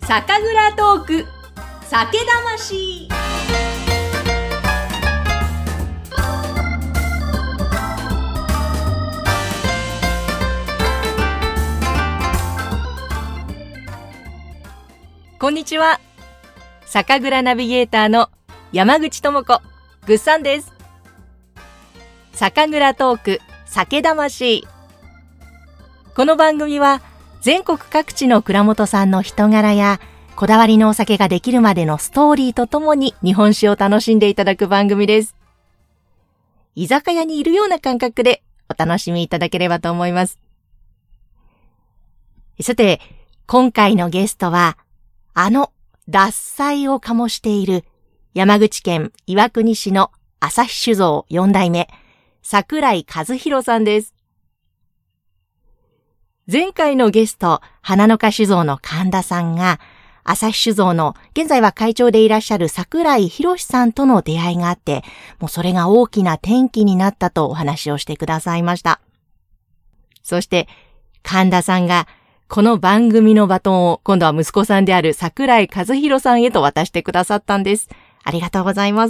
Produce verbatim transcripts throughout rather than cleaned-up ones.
酒蔵トーク酒魂。こんにちは。酒蔵ナビゲーターの山口智子ぐっさんです。酒蔵トーク酒魂。この番組は全国各地の蔵元さんの人柄やこだわりのお酒ができるまでのストーリーとともに日本酒を楽しんでいただく番組です。居酒屋にいるような感覚でお楽しみいただければと思います。さて、今回のゲストはあの獺祭を醸している山口県岩国市の旭酒造よん代目櫻井和弘さんです。前回のゲスト、花の花酒造の神田さんが、旭酒造の現在は会長でいらっしゃる櫻井博さんとの出会いがあって、もうそれが大きな転機になったとお話をしてくださいました。そして、神田さんが、この番組のバトンを今度は息子さんである櫻井和弘さんへと渡してくださったんです。ありがとうございます。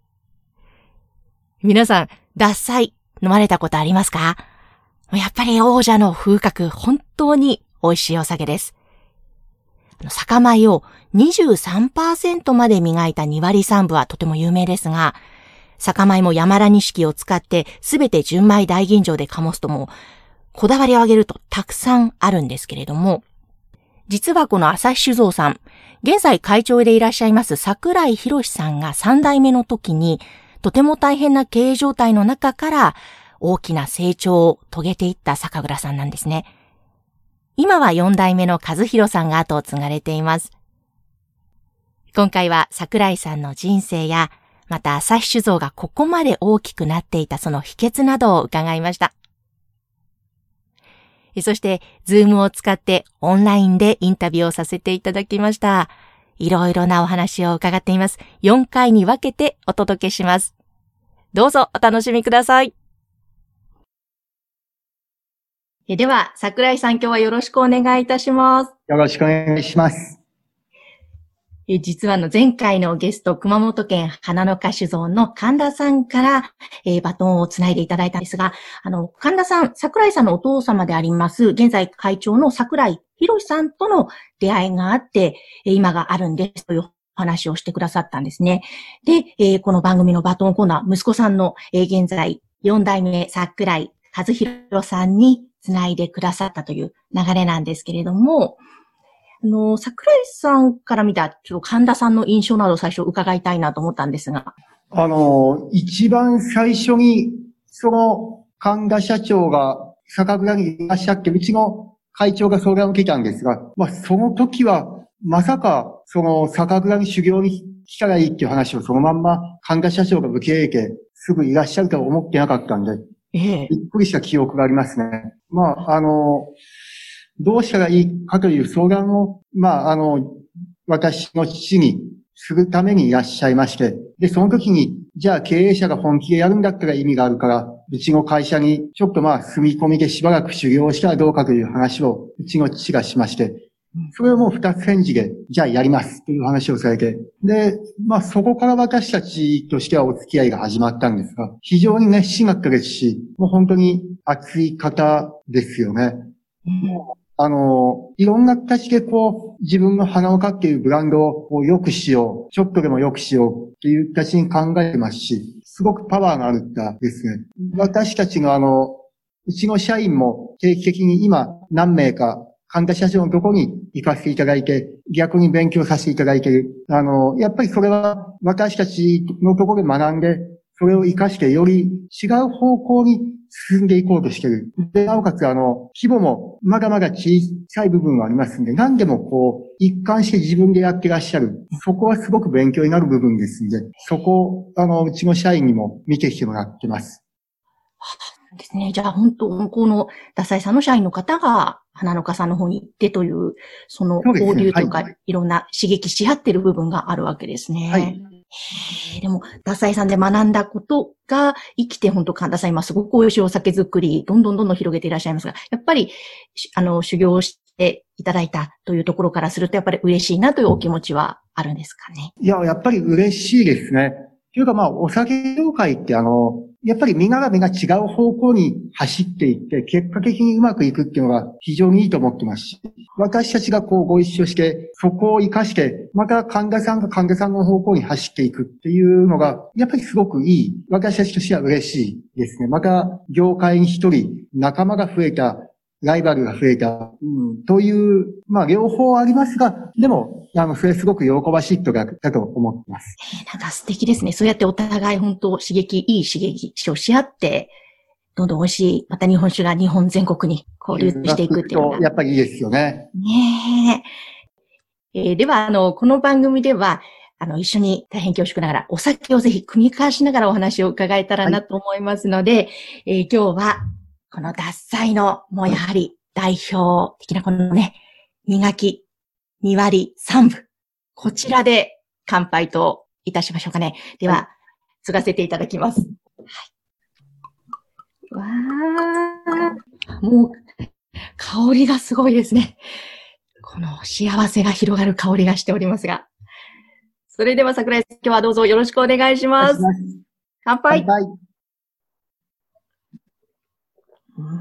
皆さん、獺祭飲まれたことありますか？やっぱり王者の風格、本当に美味しいお酒です。酒米を にじゅうさんパーセント まで磨いたに割さんぶはとても有名ですが、酒米も山田錦を使ってすべて純米大吟醸で醸すとも、こだわりを上げるとたくさんあるんですけれども、実はこの旭酒造さん、現在会長でいらっしゃいます櫻井博さんがさん代目の時に、とても大変な経営状態の中から大きな成長を遂げていった酒蔵さんなんですね。今はよん代目の和弘さんが後を継がれています。今回は櫻井さんの人生や、また旭酒造がここまで大きくなっていたその秘訣などを伺いました。そして、ズームを使ってオンラインでインタビューをさせていただきました。いろいろなお話を伺っています。よんかいに分けてお届けします。どうぞお楽しみください。では、櫻井さん、今日はよろしくお願いいたします。 よろしくお願いします。 え実はあの前回のゲスト、熊本県花の花酒造の神田さんから、えー、バトンをつないでいただいたんですが、あの、神田さん、櫻井さんのお父様であります、現在会長の櫻井博さんとの出会いがあって、今があるんですという話をしてくださったんですね。で、えー、この番組のバトンコーナー、息子さんの、えー、現在よん代目櫻井和弘さんにつないでくださったという流れなんですけれども、あの、櫻井さんから見た、ちょっと神田さんの印象などを最初伺いたいなと思ったんですが。 あの、一番最初に、その、神田社長が酒蔵にいらっしゃって、うちの会長が相談を受けたんですが、まあ、その時は、まさか、その、酒蔵に修行に来たらいいっていう話をそのまんま、神田社長が受け入れて、すぐいらっしゃるとは思ってなかったんで、ええ、びっくりした記憶がありますね。まあ、あの、どうしたらいいかという相談を、まあ、あの、私の父にするためにいらっしゃいまして、で、その時に、じゃあ経営者が本気でやるんだったら意味があるから、うちの会社にちょっとまあ、住み込みでしばらく修行したらどうかという話を、うちの父がしまして、それをもう二つ返事で、じゃあやりますという話をされて、で、まあそこから私たちとしてはお付き合いが始まったんですが、非常に熱心だったですし、もう本当に熱い方ですよね。もうあの、いろんな形でこう、自分の花岡っていうブランドをこう良くしよう、ちょっとでも良くしようっていう形に考えてますし、すごくパワーがある方ですね。私たちのあの、うちの社員も定期的に今何名か神田社長のところに行かせていただいて、逆に勉強させていただいている。あの、やっぱりそれは私たちのところで学んで、それを活かしてより違う方向に進んでいこうとしている。で、なおかつあの、規模もまだまだ小さい部分はありますんで、何でもこう、一貫して自分でやってらっしゃる。そこはすごく勉強になる部分ですんで、そこを、あの、うちの社員にも見てきてもらってます。 ですね。じゃあ本当、この、獺祭さんの社員の方が、花の花さんの方に行ってという、その交流というか、いろんな刺激し合ってる部分があるわけですね。はい。へでも、獺祭さんで学んだことが生きて、本当神田さん今すごく美味しいお酒作り、どんどんどんどん広げていらっしゃいますが、やっぱり、あの、修行して、 いただいたというところからすると、やっぱり嬉しいなというお気持ちはあるんですかね。 いや、やっぱり嬉しいですね。というかまあ、お酒業界ってあの、やっぱりみんながみんな違う方向に走っていって、結果的にうまくいくっていうのが非常にいいと思ってますし、私たちがこうご一緒して、そこを活かして、また患者さんが患者さんの方向に走っていくっていうのが、やっぱりすごくいい。私たちとしては嬉しいですね。また、業界に一人仲間が増えた、ライバルが増えた、うん、という、まあ両方ありますが、でも、あの、それすごく喜ばしいことだと思ってます。 えー、なんか素敵ですね。そうやってお互い本当刺激、いい刺激をし合って、どんどん美味しい、また日本酒が日本全国に交流していくっていうのが。 やっぱりいいですよね。 ねえ。えー、では、あの、この番組では、あの、一緒に大変恐縮ながら、お酒をぜひ組み交わしながらお話を伺えたらなと思いますので、はい、えー、今日は、この獺祭の、もうやはり代表的なこのね、苦きに割さんぶ。こちらで乾杯といたしましょうかね。では、継がせていただきます。はい、わー、もう、香りがすごいですね。この幸せが広がる香りがしておりますが。それでは桜井さん、今日はどうぞよろしくお願いします。乾杯。乾杯。うーん。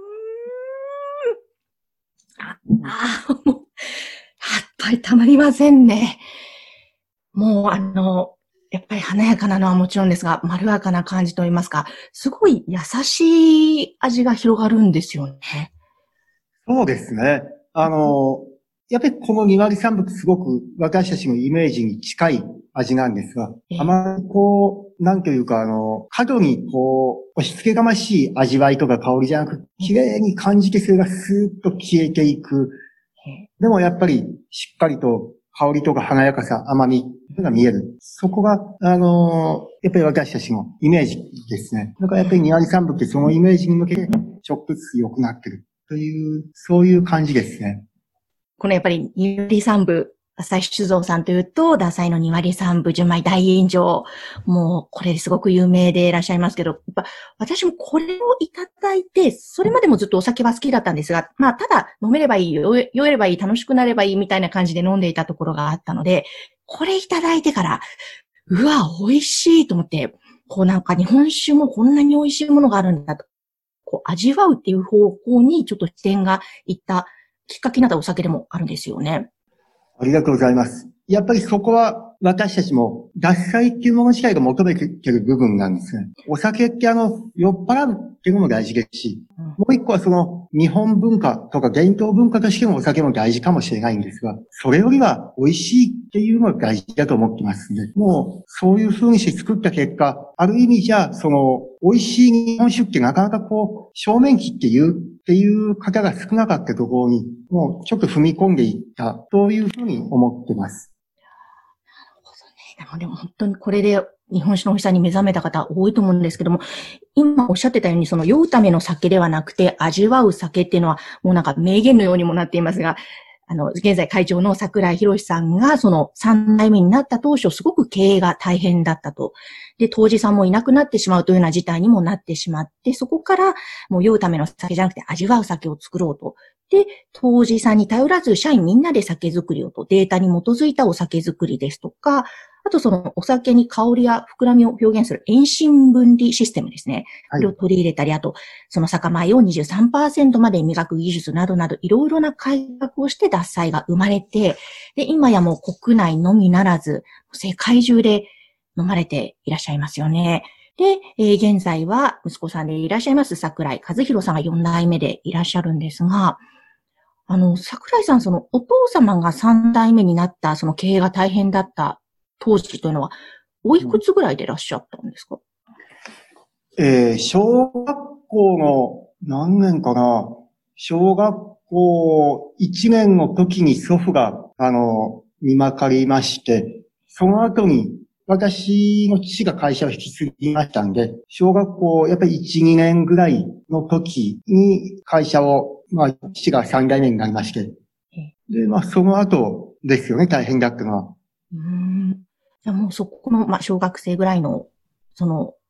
あ、あもう、やっぱりたまりませんね。もうあの、やっぱり華やかなのはもちろんですが、まろやかな感じといいますか、すごい優しい味が広がるんですよね。 そうですね。あの、やっぱりこのに割さんぶってすごく私たちのイメージに近い味なんですが、あまりこう、なんというかあの、過度にこう、押し付けがましい味わいとか香りじゃなく、綺麗に感じてそれがスーッと消えていく。でもやっぱりしっかりと香りとか華やかさ、甘みが見える。そこが、あの、やっぱり私たちのイメージですね。だからやっぱりに割さんぶってそのイメージに向けてちょっとずつ良くなってるという、そういう感じですね。 このやっぱりに割さんぶ、浅井酒造さんというと、獺祭のに割さんぶ純米大吟醸。もう、これすごく有名でいらっしゃいますけど、やっぱ私もこれをいただいて、それまでもずっとお酒は好きだったんですが、まあ、ただ飲めればいい、酔えればいい、楽しくなればいいみたいな感じで飲んでいたところがあったので、これいただいてから、うわ、美味しいと思って、こうなんか日本酒もこんなに美味しいものがあるんだと、こう味わうっていう方向にちょっと視点がいったきっかけになったお酒でもあるんですよね。 ありがとうございます。やっぱりそこは私たちも獺祭っていうもの自体が求めている部分なんですね。お酒ってあの、酔っ払うっていうのも大事ですし、うん、もう一個はその日本文化とか伝統文化としてのお酒も大事かもしれないんですが、それよりは美味しいっていうのが大事だと思ってますので、もうそういう風にして作った結果、ある意味じゃその美味しい日本酒ってなかなかこう正面切って言うっていう方が少なかったところに、もうちょっと踏み込んでいったというふうに思ってます。 なので本当にこれで日本酒の美味しさに目覚めた方多いと思うんですけども、今おっしゃってたようにその酔うための酒ではなくて味わう酒っていうのはもうなんか名言のようにもなっていますが、あの、現在会長の桜井博さんがそのさん代目になった当初すごく経営が大変だったと。で、杜氏さんもいなくなってしまうというような事態にもなってしまって、そこからもう酔うための酒じゃなくて味わう酒を作ろうと。で、杜氏さんに頼らず社員みんなで酒造りをと、データに基づいたお酒作りですとか、あとそのお酒に香りや膨らみを表現する遠心分離システムですね。これを取り入れたり、あとその酒米を にじゅうさんパーセント まで磨く技術などなどいろいろな改革をして獺祭が生まれて、で、今やもう国内のみならず世界中で飲まれていらっしゃいますよね。で、えー、現在は息子さんでいらっしゃいます桜井和弘さんがよん代目でいらっしゃるんですが、あの、桜井さん、そのお父様がさん代目になったその経営が大変だった当時というのは、おいくつぐらいでいらっしゃったんですか？ うん、えー、小学校の何年かな、小学校いちねんの時に祖父が、あの、見まかりまして、その後に私の父が会社を引き継ぎましたんで、小学校やっぱりいち、にねんぐらいの時に会社を、まあ、父がさん代目になりまして、で、まあ、その後ですよね、大変だったのは。 うーんじゃあもうそこの、まあ、小学生ぐらいの、その、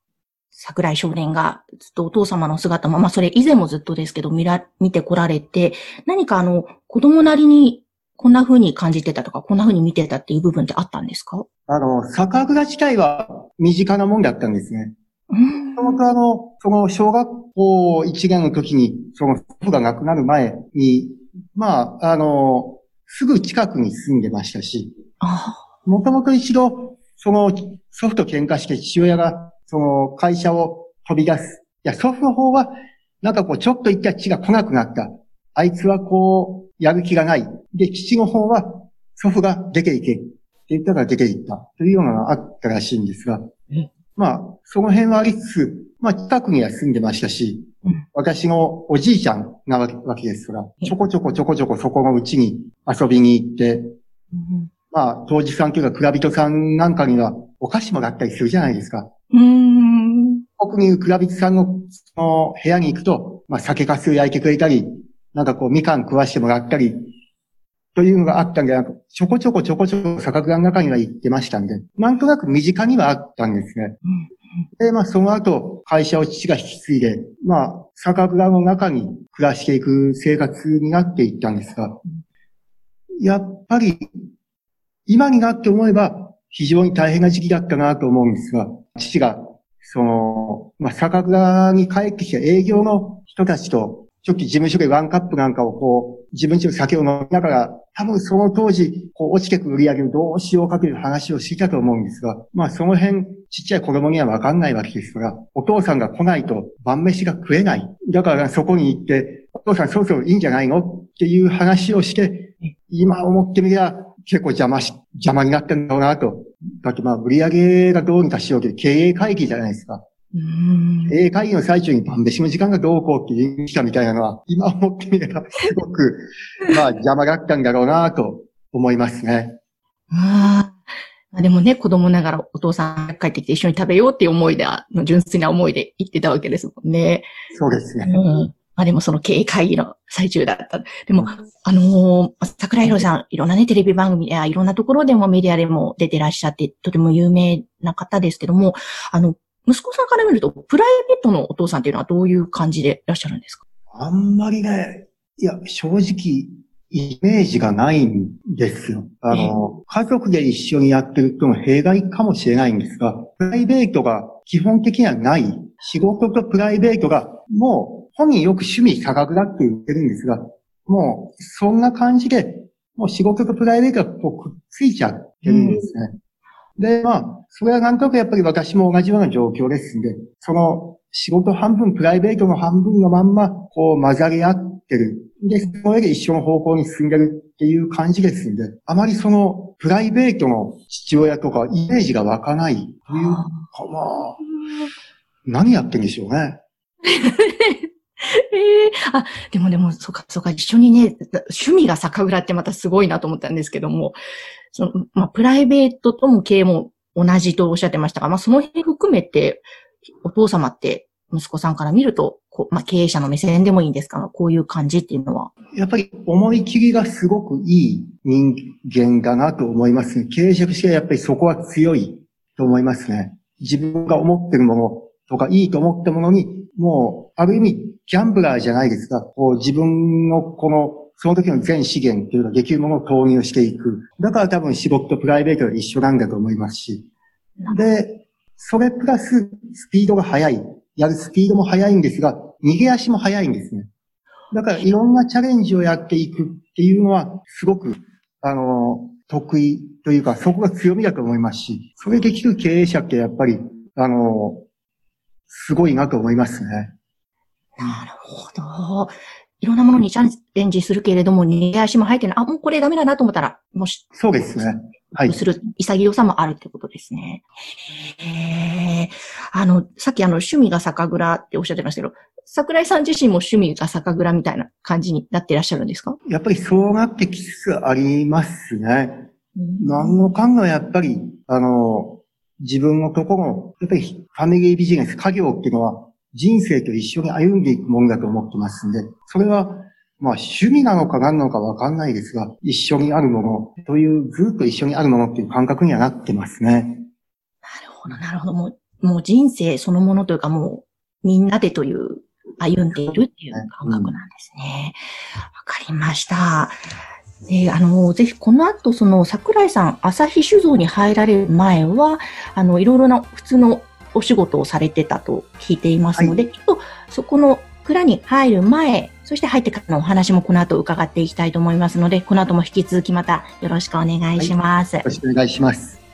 桜井少年がずっとお父様の姿も、まあそれ以前もずっとですけど見ら、見てこられて、何かあの、子供なりにこんな風に感じてたとか、こんな風に見てたっていう部分ってあったんですか？ あの、酒蔵自体は身近なもんだったんですね。 うーん。 もともとあの、その小学校いちねんの時に、その祖父が亡くなる前に、まあ、あの、すぐ近くに住んでましたし、 あもともと一度、その祖父と喧嘩して父親がその会社を飛び出す。いや、祖父の方は、なんかこう、ちょっと言ったら血が来なくなった。あいつはこう、やる気がない。で、父の方は、祖父が出ていけ。って言ったから出て行った。というようなのがあったらしいんですが、まあ、その辺はありつつ、まあ、近くには住んでましたし、 うん、 私のおじいちゃんなわけですから、ちょこちょこちょこちょこそこのうちに遊びに行って、 うん、 まあ、当時さんというか、蔵人さんなんかにはお菓子もらったりするじゃないですか。 うーん。 特に蔵人さんのその部屋に行くと、まあ、酒かすを焼いてくれたり、なんかこう、みかん食わしてもらったり、というのがあったんで、ちょこちょこちょこちょこ酒蔵の中には行ってましたんで、なんとなく身近にはあったんですね。で、まあ、その後、会社を父が引き継いで、まあ、酒蔵の中に暮らしていく生活になっていったんですが、やっぱり、今になって思えば、非常に大変な時期だったなと思うんですが、父が、その、まあ、酒蔵に帰ってきた営業の人たちと、ちょっと事務所でワンカップなんかをこう、自分ちの酒を飲みながら、多分その当時、こう、落ちてくる売り上げをどうしようかという話をしていたと思うんですが、まあその辺、ちっちゃい子供にはわかんないわけですから、お父さんが来ないと晩飯が食えない。だからそこに行って、お父さんそろそろいいんじゃないのっていう話をして、今思ってみりゃ結構邪魔し、邪魔になってんだろうなと。だってまあ売り上げがどうにかしようという経営会議じゃないですか。 うーん。 経営会議の最中に晩飯の時間がどうこうって言いに来たみたいなのは、今思ってみればすごく、まあ邪魔だったんだろうなと思いますね。 ああ。でもね、子供ながらお父さんが帰ってきて一緒に食べようっていう思いで、の純粋な思いで言ってたわけですもんね。 そうですね。 うん。まあでもその経営会議の最中だった。でも、あのー、桜井宏さん、いろんなね、テレビ番組やいろんなところでもメディアでも出てらっしゃって、とても有名な方ですけども、あの、息子さんから見ると、プライベートのお父さんっていうのはどういう感じでいらっしゃるんですか？ あんまりね、いや、正直、イメージがないんですよ。あの、家族で一緒にやってるとの弊害かもしれないんですが、プライベートが基本的にはない。仕事とプライベートが、もう、本人よく趣味差額だって言ってるんですが、もう、そんな感じで、もう仕事とプライベートがこうくっついちゃってるんですね。うん、で、まあ、それはなんとなくやっぱり私も同じような状況ですんで、その、仕事半分、プライベートの半分のまんま、こう混ざり合ってる。で、その上で一緒の方向に進んでるっていう感じですんで、あまりその、プライベートの父親とかイメージが湧かないというか、まあ、何やってんでしょうね。 ええー、あ、でもでも、そうか、そうか、一緒にね、趣味が酒蔵ってまたすごいなと思ったんですけども、その、まあ、プライベートとも経営も同じとおっしゃってましたが、まあ、その辺含めて、お父様って息子さんから見ると、こう、まあ、経営者の目線でもいいんですか、こういう感じっていうのは。 やっぱり思い切りがすごくいい人間だなと思いますね。経営者としてはやっぱりそこは強いと思いますね。自分が思ってるものとかいいと思ったものに、もう、ある意味、ギャンブラーじゃないですが、こう自分のこの、その時の全資源というのできるものを投入していく。だから多分仕事とプライベートが一緒なんだと思いますし。で、それプラススピードが速い。やるスピードも速いんですが、逃げ足も速いんですね。だからいろんなチャレンジをやっていくっていうのは、すごく、あの、得意というか、そこが強みだと思いますし、それできる経営者ってやっぱり、あの、すごいなと思いますね。 なるほど。いろんなものにチャレンジするけれども、逃げ足も入ってない。あ、もうこれダメだなと思ったら、もし。 そうですね。はい。 する潔さもあるってことですね。へー。あの、さっきあの、趣味が酒蔵っておっしゃってましたけど、桜井さん自身も趣味が酒蔵みたいな感じになっていらっしゃるんですか？ やっぱりそうなってきつつありますね。何のかんのやっぱり、あの、自分のところ、やっぱりファミリービジネス、家業っていうのは人生と一緒に歩んでいくものだと思ってますんで、それは、まあ趣味なのか何なのかわかんないですが、一緒にあるものという、ずっと一緒にあるものっていう感覚にはなってますね。 なるほど、なるほど。もうもう人生そのものというか、もうみんなでという、歩んでいるっていう感覚なんですね。わ、かりました。で、あの、ぜひこの後、その桜井さん、朝日酒造に入られる前は、あの、いろいろな普通のお仕事をされてたと聞いていますので、はい、ちょっとそこの蔵に入る前、そして入ってからのお話もこの後伺っていきたいと思いますので、この後も引き続きまたよろしくお願いします。 はい、よろしくお願いします。